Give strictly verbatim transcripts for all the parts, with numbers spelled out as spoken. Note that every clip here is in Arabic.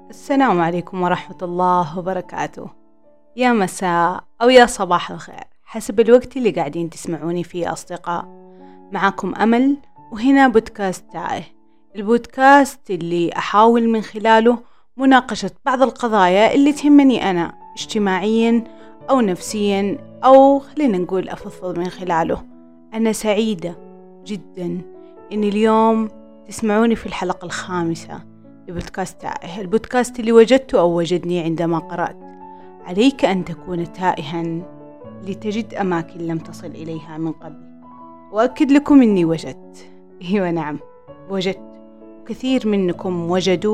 السلام عليكم ورحمة الله وبركاته. يا مساء أو يا صباح الخير حسب الوقت اللي قاعدين تسمعوني فيه أصدقاء. معكم أمل، وهنا بودكاست تائه، البودكاست اللي أحاول من خلاله مناقشة بعض القضايا اللي تهمني أنا اجتماعيا أو نفسيا، أو خلينا نقول أفضفض من خلاله. أنا سعيدة جدا إن اليوم تسمعوني في الحلقة الخامسة لبودكاست تائه، البودكاست اللي وجدته أو وجدني عندما قرأت عليك أن تكون تائها لتجد أماكن لم تصل إليها من قبل. وأكد لكم أني وجدت، ايوه نعم وجدت، كثير منكم وجدوا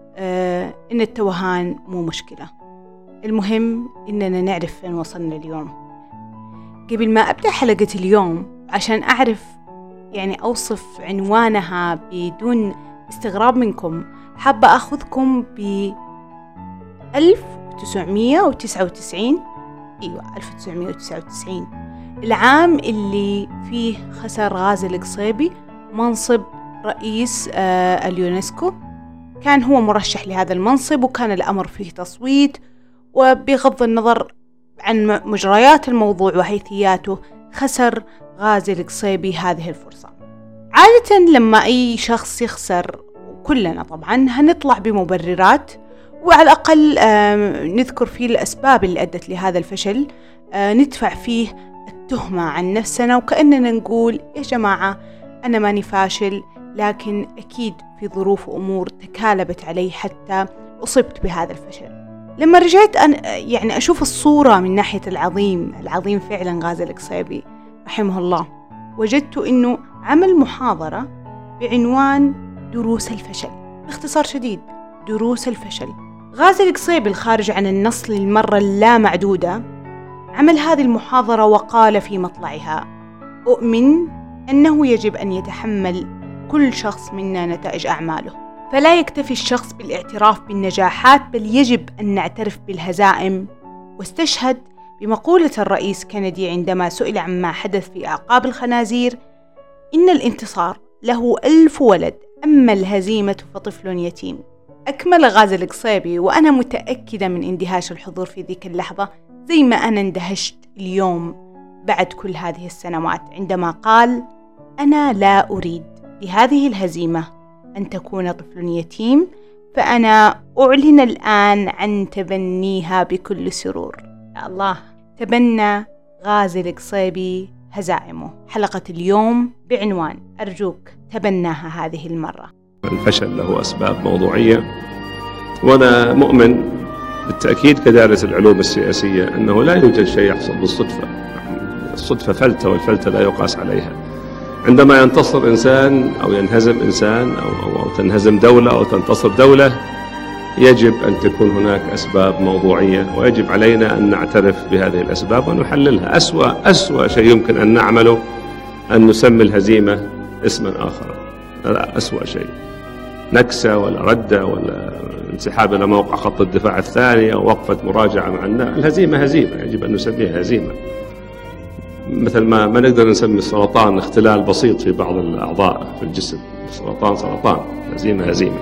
آه إن التوهان مو مشكلة، المهم إننا نعرف فين وصلنا اليوم. قبل ما أبدأ حلقة اليوم، عشان أعرف يعني أوصف عنوانها بدون استغراب منكم، حابة أخذكم ب ألف وتسعمية وتسعة وتسعين، أيوة ألف وتسعمية وتسعة وتسعين، العام اللي فيه خسر غازي القصيبي منصب رئيس آه اليونسكو. كان هو مرشح لهذا المنصب، وكان الأمر فيه تصويت، وبغض النظر عن مجريات الموضوع وحيثياته خسر غازي القصيبي هذه الفرصة. عادة لما أي شخص يخسر، كلنا طبعا هنطلع بمبررات، وعلى الأقل نذكر فيه الأسباب اللي أدت لهذا الفشل، ندفع فيه التهمة عن نفسنا، وكأننا نقول يا جماعة أنا ماني فاشل، لكن أكيد في ظروف وأمور تكالبت علي حتى أصبت بهذا الفشل. لما رجعت أن يعني أشوف الصورة من ناحية العظيم العظيم فعلا غازي القصيبي رحمه الله، وجدت أنه عمل محاضرة بعنوان دروس الفشل. باختصار شديد، دروس الفشل. غازي القصيبي الخارج عن النص للمرة اللا معدودة عمل هذه المحاضرة وقال في مطلعها: أؤمن أنه يجب أن يتحمل كل شخص منا نتائج أعماله، فلا يكتفي الشخص بالاعتراف بالنجاحات، بل يجب أن نعترف بالهزائم. واستشهد بمقولة الرئيس كندي عندما سئل عما حدث في أعقاب الخنازير: إن الانتصار له ألف ولد، أما الهزيمة فطفل يتيم. أكمل غازي القصيبي، وأنا متأكدة من اندهاش الحضور في ذيك اللحظة زي ما أنا اندهشت اليوم بعد كل هذه السنوات، عندما قال: أنا لا أريد لهذه الهزيمة أن تكون طفل يتيم، فأنا أعلن الآن عن تبنيها بكل سرور. يا الله، تبنى غازي القصيبي هزائمه. حلقة اليوم بعنوان أرجوك تبناها هذه المرة. الفشل له أسباب موضوعية، وأنا مؤمن بالتأكيد كدارس العلوم السياسية أنه لا يوجد شيء يحصل بالصدفة. الصدفة فلتة، والفلتة لا يقاس عليها. عندما ينتصر إنسان أو ينهزم إنسان أو, أو, أو تنهزم دولة أو تنتصر دولة، يجب أن تكون هناك أسباب موضوعية، ويجب علينا أن نعترف بهذه الأسباب ونحللها. أسوأ أسوأ شيء يمكن أن نعمله أن نسمي الهزيمة اسما آخر. لا، أسوأ شيء نكسة ولا ردة ولا انسحاب إلى موقع خط الدفاع الثاني أو وقفة مراجعة مع الناس. الهزيمة هزيمة، يجب أن نسميها هزيمة، مثل ما ما نقدر نسمي السرطان اختلال بسيط في بعض الأعضاء في الجسم. السرطان سرطان، هزيمة هزيمة.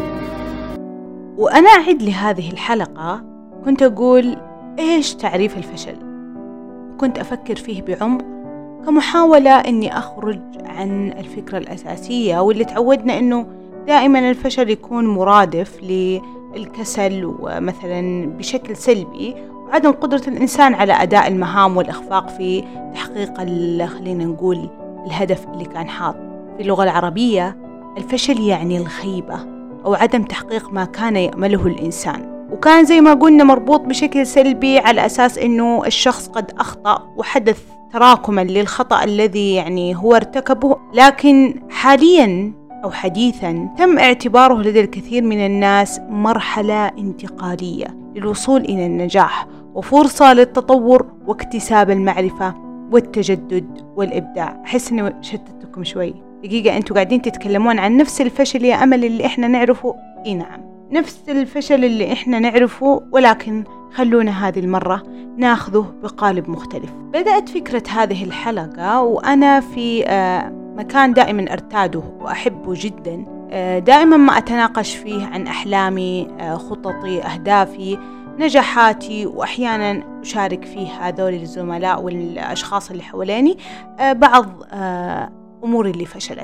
وأنا أعد لهذه الحلقة كنت أقول إيش تعريف الفشل، وكنت أفكر فيه بعمق كمحاولة أني أخرج عن الفكرة الأساسية واللي تعودنا أنه دائما الفشل يكون مرادف للكسل، ومثلا بشكل سلبي، وعدم قدرة الإنسان على أداء المهام والإخفاق في تحقيق خلينا نقول الهدف اللي كان حاط. في اللغة العربية الفشل يعني الخيبة أو عدم تحقيق ما كان يأمله الإنسان، وكان زي ما قلنا مربوط بشكل سلبي على أساس أنه الشخص قد أخطأ وحدث تراكما للخطأ الذي يعني هو ارتكبه. لكن حاليا أو حديثا تم اعتباره لدى الكثير من الناس مرحلة انتقالية للوصول إلى النجاح، وفرصة للتطور واكتساب المعرفة والتجدد والإبداع. أحس أني شتتكم شوي. دقيقة، أنتوا قاعدين تتكلمون عن نفس الفشل يا أمل اللي إحنا نعرفه؟ إيه نعم، نفس الفشل اللي إحنا نعرفه، ولكن خلونا هذه المرة ناخذه بقالب مختلف. بدأت فكرة هذه الحلقة وأنا في مكان دائما أرتاده وأحبه جدا، دائما ما أتناقش فيه عن أحلامي، خططي، أهدافي، نجاحاتي، وأحيانا أشارك فيه هذول الزملاء والأشخاص اللي حواليني بعض أموري اللي فشلت.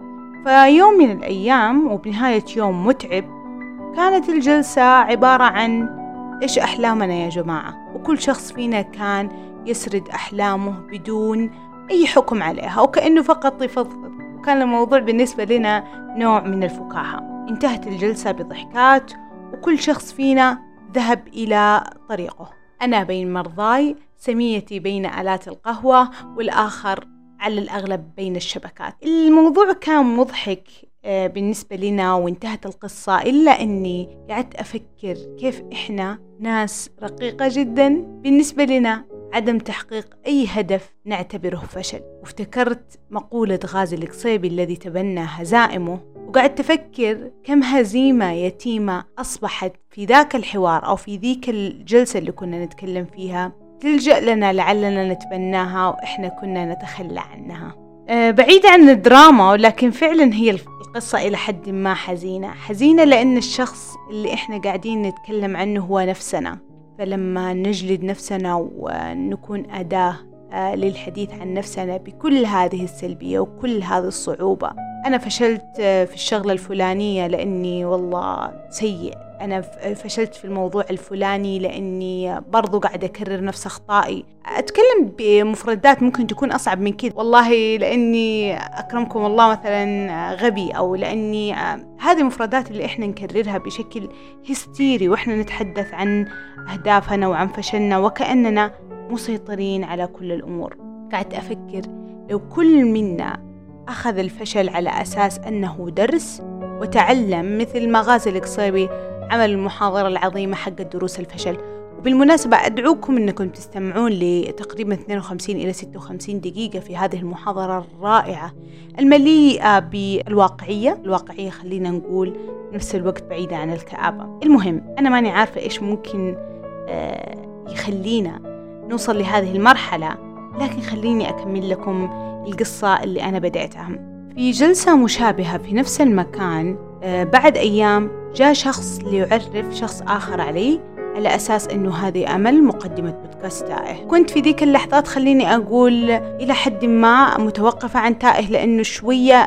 فيوم من الأيام وبنهاية يوم متعب كانت الجلسة عبارة عن إيش أحلامنا يا جماعة، وكل شخص فينا كان يسرد أحلامه بدون أي حكم عليها وكأنه فقط يفضفض، وكان الموضوع بالنسبة لنا نوع من الفكاهة. انتهت الجلسة بضحكات وكل شخص فينا ذهب إلى طريقه، أنا بين مرضاي، سميتي بين آلات القهوة، والآخر على الأغلب بين الشبكات. الموضوع كان مضحك بالنسبة لنا وانتهت القصة، إلا أني قعدت أفكر كيف إحنا ناس رقيقة جدا بالنسبة لنا عدم تحقيق أي هدف نعتبره فشل. وافتكرت مقولة غازي القصيبي الذي تبنى هزائمه، وقعدت أفكر كم هزيمة يتيمة أصبحت في ذاك الحوار أو في ذيك الجلسة اللي كنا نتكلم فيها تلجأ لنا لعلنا نتبناها وإحنا كنا نتخلى عنها. أه بعيدة عن الدراما، ولكن فعلا هي القصة إلى حد ما حزينة حزينة لأن الشخص اللي إحنا قاعدين نتكلم عنه هو نفسنا. فلما نجلد نفسنا ونكون أداة أه للحديث عن نفسنا بكل هذه السلبية وكل هذه الصعوبة، أنا فشلت في الشغلة الفلانية لأني والله سيء، أنا فشلت في الموضوع الفلاني لأني برضو قاعدة أكرر نفس أخطائي. أتكلم بمفردات ممكن تكون أصعب من كده، والله لأني أكرمكم الله مثلا غبي، أو لأني هذه المفردات اللي إحنا نكررها بشكل هستيري وإحنا نتحدث عن أهدافنا وعن فشلنا وكأننا مسيطرين على كل الأمور. قاعدة أفكر لو كل منا أخذ الفشل على أساس أنه درس وتعلم، مثل ما غازي القصيبي عمل المحاضرة العظيمة حق دروس الفشل. وبالمناسبة أدعوكم أنكم تستمعون لتقريبا اثنين وخمسين إلى ستة وخمسين دقيقة في هذه المحاضرة الرائعة المليئة بالواقعية الواقعية خلينا نقول نفس الوقت بعيدة عن الكآبة. المهم أنا ماني عارفة إيش ممكن يخلينا نوصل لهذه المرحلة، لكن خليني أكمل لكم القصة اللي أنا بدأتها. في جلسة مشابهة في نفس المكان بعد أيام جاء شخص ليعرف شخص آخر علي على أساس أنه هذه أمل مقدمة بودكاست تائه. كنت في ذيك اللحظات خليني أقول إلى حد ما متوقفة عن تائه، لأنه شوية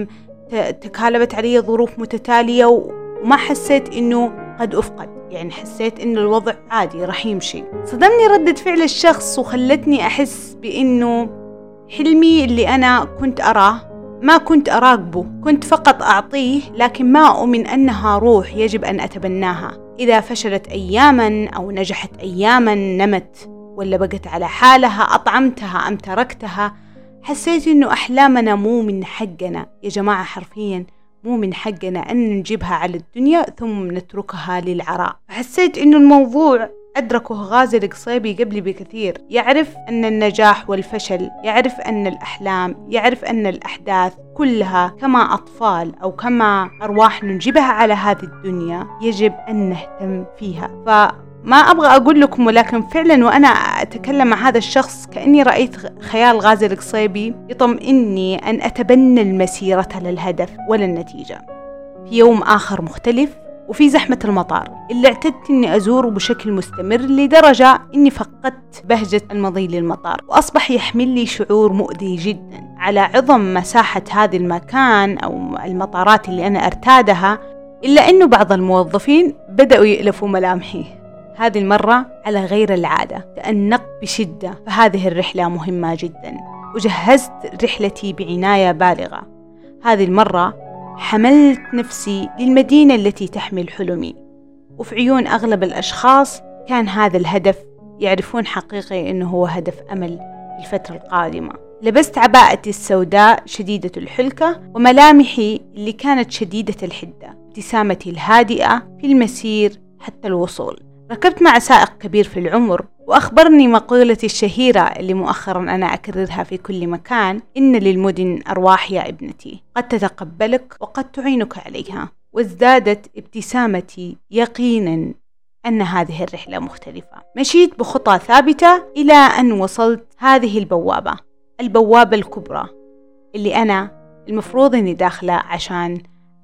تكالبت علي ظروف متتالية وما حسيت أنه قد أفقد، يعني حسيت أنه الوضع عادي رح يمشي. صدمني ردة فعل الشخص وخلتني أحس بأنه حلمي اللي أنا كنت أراه ما كنت أراقبه، كنت فقط أعطيه، لكن ما أؤمن أنها روح يجب أن أتبناها. إذا فشلت أياما أو نجحت أياما نمت ولا بقت على حالها، أطعمتها أم تركتها. حسيت أنه أحلامنا مو من حقنا يا جماعة، حرفيا مو من حقنا أن نجيبها على الدنيا ثم نتركها للعراء. حسيت أنه الموضوع أدركه غازي القصيبي قبلي بكثير، يعرف أن النجاح والفشل، يعرف أن الأحلام، يعرف أن الأحداث كلها كما أطفال أو كما أرواح نجيبها على هذه الدنيا يجب أن نهتم فيها. فما أبغى أقول لكم، ولكن فعلا وأنا أتكلم مع هذا الشخص كأني رأيت خيال غازي القصيبي يطمئني أن أتبنى المسيرة للهدف ولا النتيجة. في يوم آخر مختلف وفي زحمة المطار اللي اعتدت أني أزوره بشكل مستمر لدرجة أني فقدت بهجة المضي للمطار، وأصبح يحمل لي شعور مؤذي جدا على عظم مساحة هذا المكان أو المطارات اللي أنا أرتادها، إلا أنه بعض الموظفين بدأوا يألفوا ملامحي. هذه المرة على غير العادة تأنقت بشدة، فهذه الرحلة مهمة جدا وجهزت رحلتي بعناية بالغة. هذه المرة حملت نفسي للمدينة التي تحمل حلمي، وفي عيون أغلب الأشخاص كان هذا الهدف يعرفون حقيقي أنه هو هدف أمل الفترة القادمة. لبست عباءتي السوداء شديدة الحلكة وملامحي اللي كانت شديدة الحدة، ابتسامتي الهادئة في المسير حتى الوصول. ركبت مع سائق كبير في العمر وأخبرني مقولتي الشهيرة اللي مؤخرا أنا أكررها في كل مكان: إن للمدن أرواح يا ابنتي، قد تتقبلك وقد تعينك عليها. وازدادت ابتسامتي يقينا أن هذه الرحلة مختلفة. مشيت بخطى ثابتة إلى أن وصلت هذه البوابة البوابة الكبرى اللي أنا المفروض أني داخلة عشان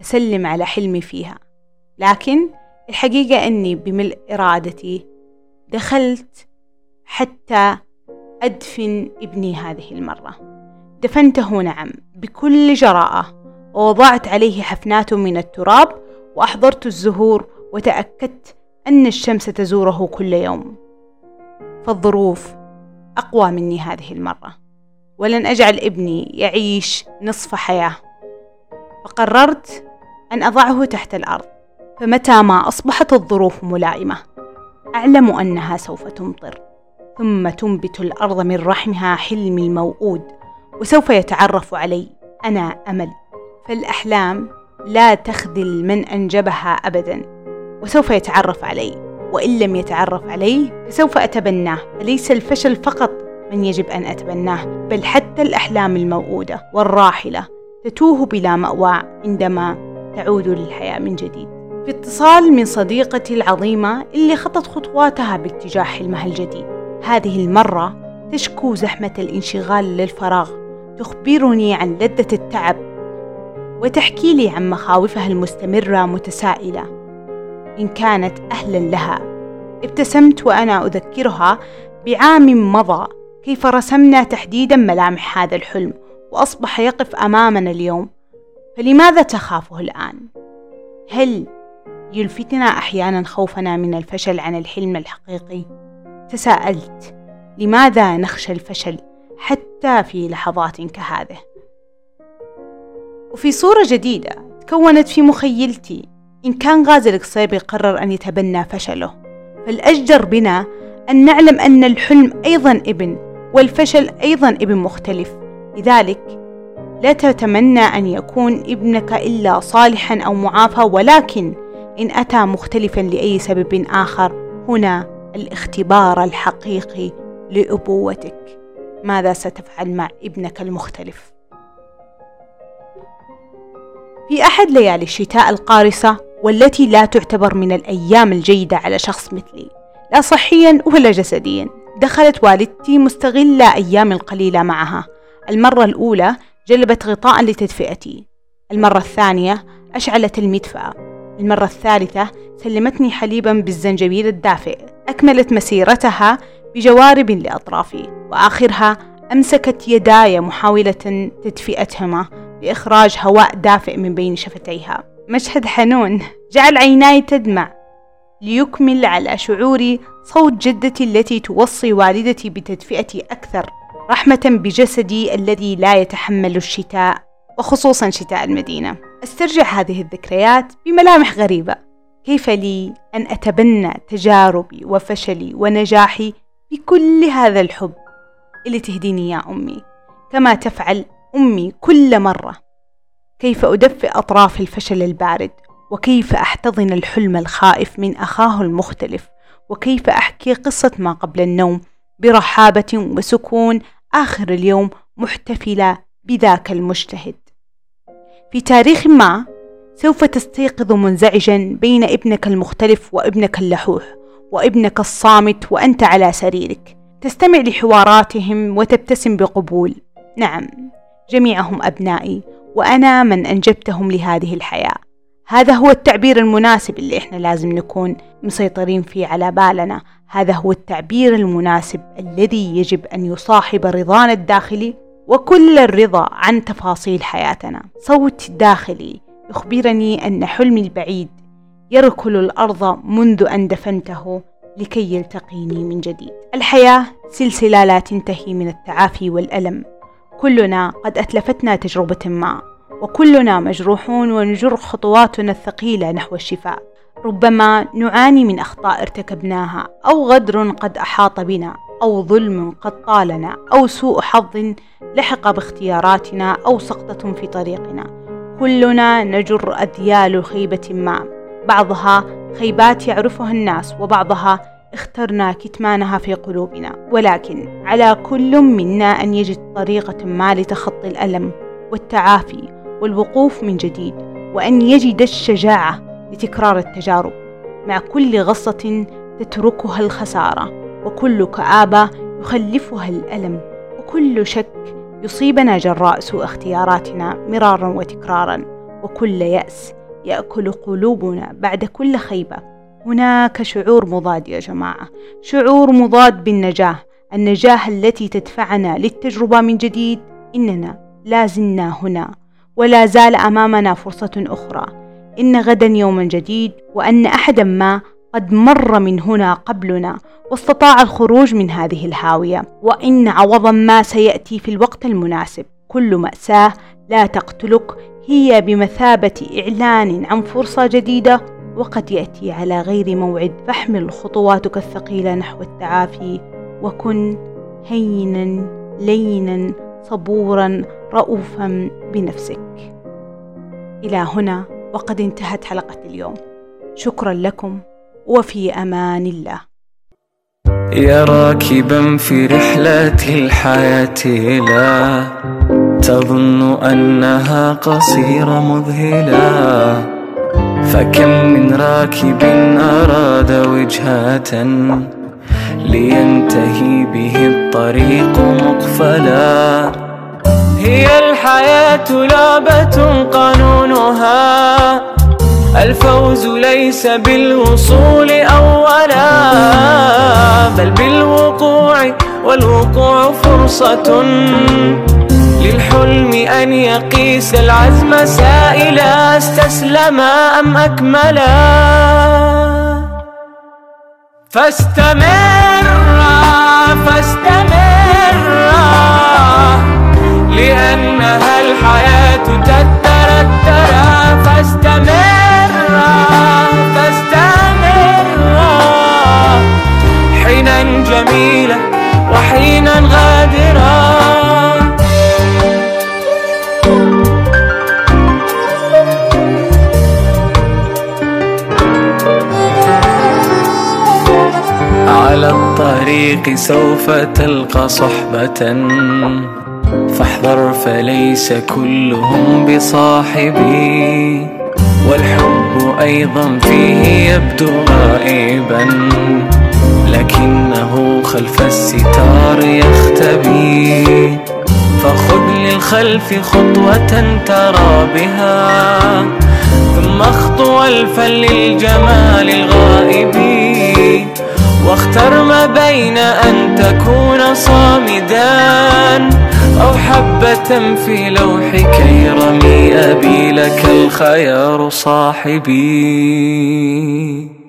أسلم على حلمي فيها. لكن الحقيقة أني بملء إرادتي دخلت حتى أدفن ابني هذه المرة. دفنته نعم بكل جراءة، ووضعت عليه حفنات من التراب، وأحضرت الزهور، وتأكدت أن الشمس تزوره كل يوم. فالظروف أقوى مني هذه المرة، ولن أجعل ابني يعيش نصف حياة. فقررت أن أضعه تحت الأرض، فمتى ما أصبحت الظروف ملائمة أعلم أنها سوف تمطر، ثم تنبت الأرض من رحمها حلمي الموؤود، وسوف يتعرف علي أنا أمل. فالأحلام لا تخذل من أنجبها أبدا، وسوف يتعرف علي، وإن لم يتعرف علي فسوف أتبناه. فليس الفشل فقط من يجب أن أتبناه، بل حتى الأحلام الموؤودة والراحلة تتوه بلا مأوى عندما تعود للحياة من جديد. في اتصال من صديقتي العظيمة اللي خطت خطواتها باتجاه حلمها الجديد. هذه المرة تشكو زحمة الانشغال للفراغ، تخبرني عن لذة التعب، وتحكي لي عن مخاوفها المستمرة متسائلة إن كانت أهلا لها. ابتسمت وأنا أذكرها بعام مضى كيف رسمنا تحديدا ملامح هذا الحلم، وأصبح يقف أمامنا اليوم. فلماذا تخافه الآن؟ هل يلفتنا أحيانا خوفنا من الفشل عن الحلم الحقيقي؟ تساءلت، لماذا نخشى الفشل حتى في لحظات كهذه؟ وفي صورة جديدة تكونت في مخيلتي، إن كان غازي القصيبي قرر أن يتبنى فشله، فالأجدر بنا أن نعلم أن الحلم أيضا ابن، والفشل أيضا ابن مختلف. لذلك لا تتمنى أن يكون ابنك إلا صالحا أو معافى، ولكن إن أتى مختلفا لأي سبب آخر، هنا الاختبار الحقيقي لأبوتك. ماذا ستفعل مع ابنك المختلف؟ في أحد ليالي الشتاء القارصة، والتي لا تعتبر من الأيام الجيدة على شخص مثلي، لا صحيا ولا جسديا، دخلت والدتي مستغلة أيام القليلة معها. المرة الأولى جلبت غطاء لتدفئتي، المرة الثانية أشعلت المدفأة، المرة الثالثة سلمتني حليبا بالزنجبيل الدافئ. أكملت مسيرتها بجوارب لأطرافي، وآخرها أمسكت يداي محاولة تدفئتهما بإخراج هواء دافئ من بين شفتيها. مشهد حنون جعل عيناي تدمع، ليكمل على شعوري صوت جدتي التي توصي والدتي بتدفئتي أكثر، رحمة بجسدي الذي لا يتحمل الشتاء، وخصوصا شتاء المدينة. أسترجع هذه الذكريات بملامح غريبة. كيف لي أن أتبنى تجاربي وفشلي ونجاحي بكل هذا الحب اللي تهديني يا أمي، كما تفعل أمي كل مرة. كيف أدفئ أطراف الفشل البارد، وكيف أحتضن الحلم الخائف من أخاه المختلف، وكيف أحكي قصة ما قبل النوم برحابة وسكون آخر اليوم، محتفلة بذاك المجتهد. في تاريخ ما سوف تستيقظ منزعجا بين ابنك المختلف وابنك اللحوح وابنك الصامت، وأنت على سريرك تستمع لحواراتهم وتبتسم بقبول. نعم، جميعهم أبنائي، وأنا من أنجبتهم لهذه الحياة. هذا هو التعبير المناسب اللي إحنا لازم نكون مسيطرين فيه على بالنا. هذا هو التعبير المناسب الذي يجب أن يصاحب رضانا الداخلي وكل الرضا عن تفاصيل حياتنا. صوت داخلي يخبرني أن حلمي البعيد يركل الأرض منذ أن دفنته لكي يلتقيني من جديد. الحياة سلسلة لا تنتهي من التعافي والألم. كلنا قد أتلفتنا تجربة ما، وكلنا مجروحون ونجر خطواتنا الثقيلة نحو الشفاء. ربما نعاني من أخطاء ارتكبناها، أو غدر قد أحاط بنا، أو ظلم قد طالنا، أو سوء حظ لحق باختياراتنا، أو سقطة في طريقنا. كلنا نجر أذيال خيبة ما، بعضها خيبات يعرفها الناس، وبعضها اخترنا كتمانها في قلوبنا. ولكن على كل منا أن يجد طريقة ما لتخطي الألم والتعافي والوقوف من جديد، وأن يجد الشجاعة لتكرار التجارب. مع كل غصة تتركها الخسارة، وكل كآبة يخلفها الألم، وكل شك يصيبنا جراء سوء اختياراتنا مرارا وتكرارا. وكل يأس يأكل قلوبنا بعد كل خيبة. هناك شعور مضاد يا جماعة، شعور مضاد بالنجاة، النجاة التي تدفعنا للتجربة من جديد. إننا لا زلنا هنا ولا زال أمامنا فرصة أخرى، إن غدا يوما جديد، وأن أحدا ما قد مر من هنا قبلنا واستطاع الخروج من هذه الهاوية، وإن عوضا ما سيأتي في الوقت المناسب. كل مأساة لا تقتلك هي بمثابة إعلان عن فرصة جديدة، وقد يأتي على غير موعد، فاحمل خطواتك الثقيلة نحو التعافي، وكن هينا لينا صبورا رؤوفا بنفسك. إلى هنا وقد انتهت حلقة اليوم، شكرا لكم وفي أمان الله. يا راكبا في رحلة الحياة لا تظن أنها قصيرة مذهلة، فكم من راكب أراد وجهة لينتهي به الطريق مقفلا. هي الحياة لعبة قانونها الفوز ليس بالوصول أولا، بل بالوقوع، والوقوع فرصة للحلم أن يقيس العزم سائلا استسلم أم أكملا. فاستمر فاستمر لأنها الحياة تترترى. فاستمر فاستمر حينا جميلا وحينا غادرا. على الطريق سوف تلقى صحبة فاحذر فليس كلهم بصاحبي، والحب أيضا فيه يبدو غائبا لكنه خلف الستار يختبي. فخذ للخلف خطوة ترى بها ثم اخطو ألفا للجمال الغائب، واختر ما بين أن تكون صامدا أو حبة في لوحك يرمي أبي لك الخيار صاحبي.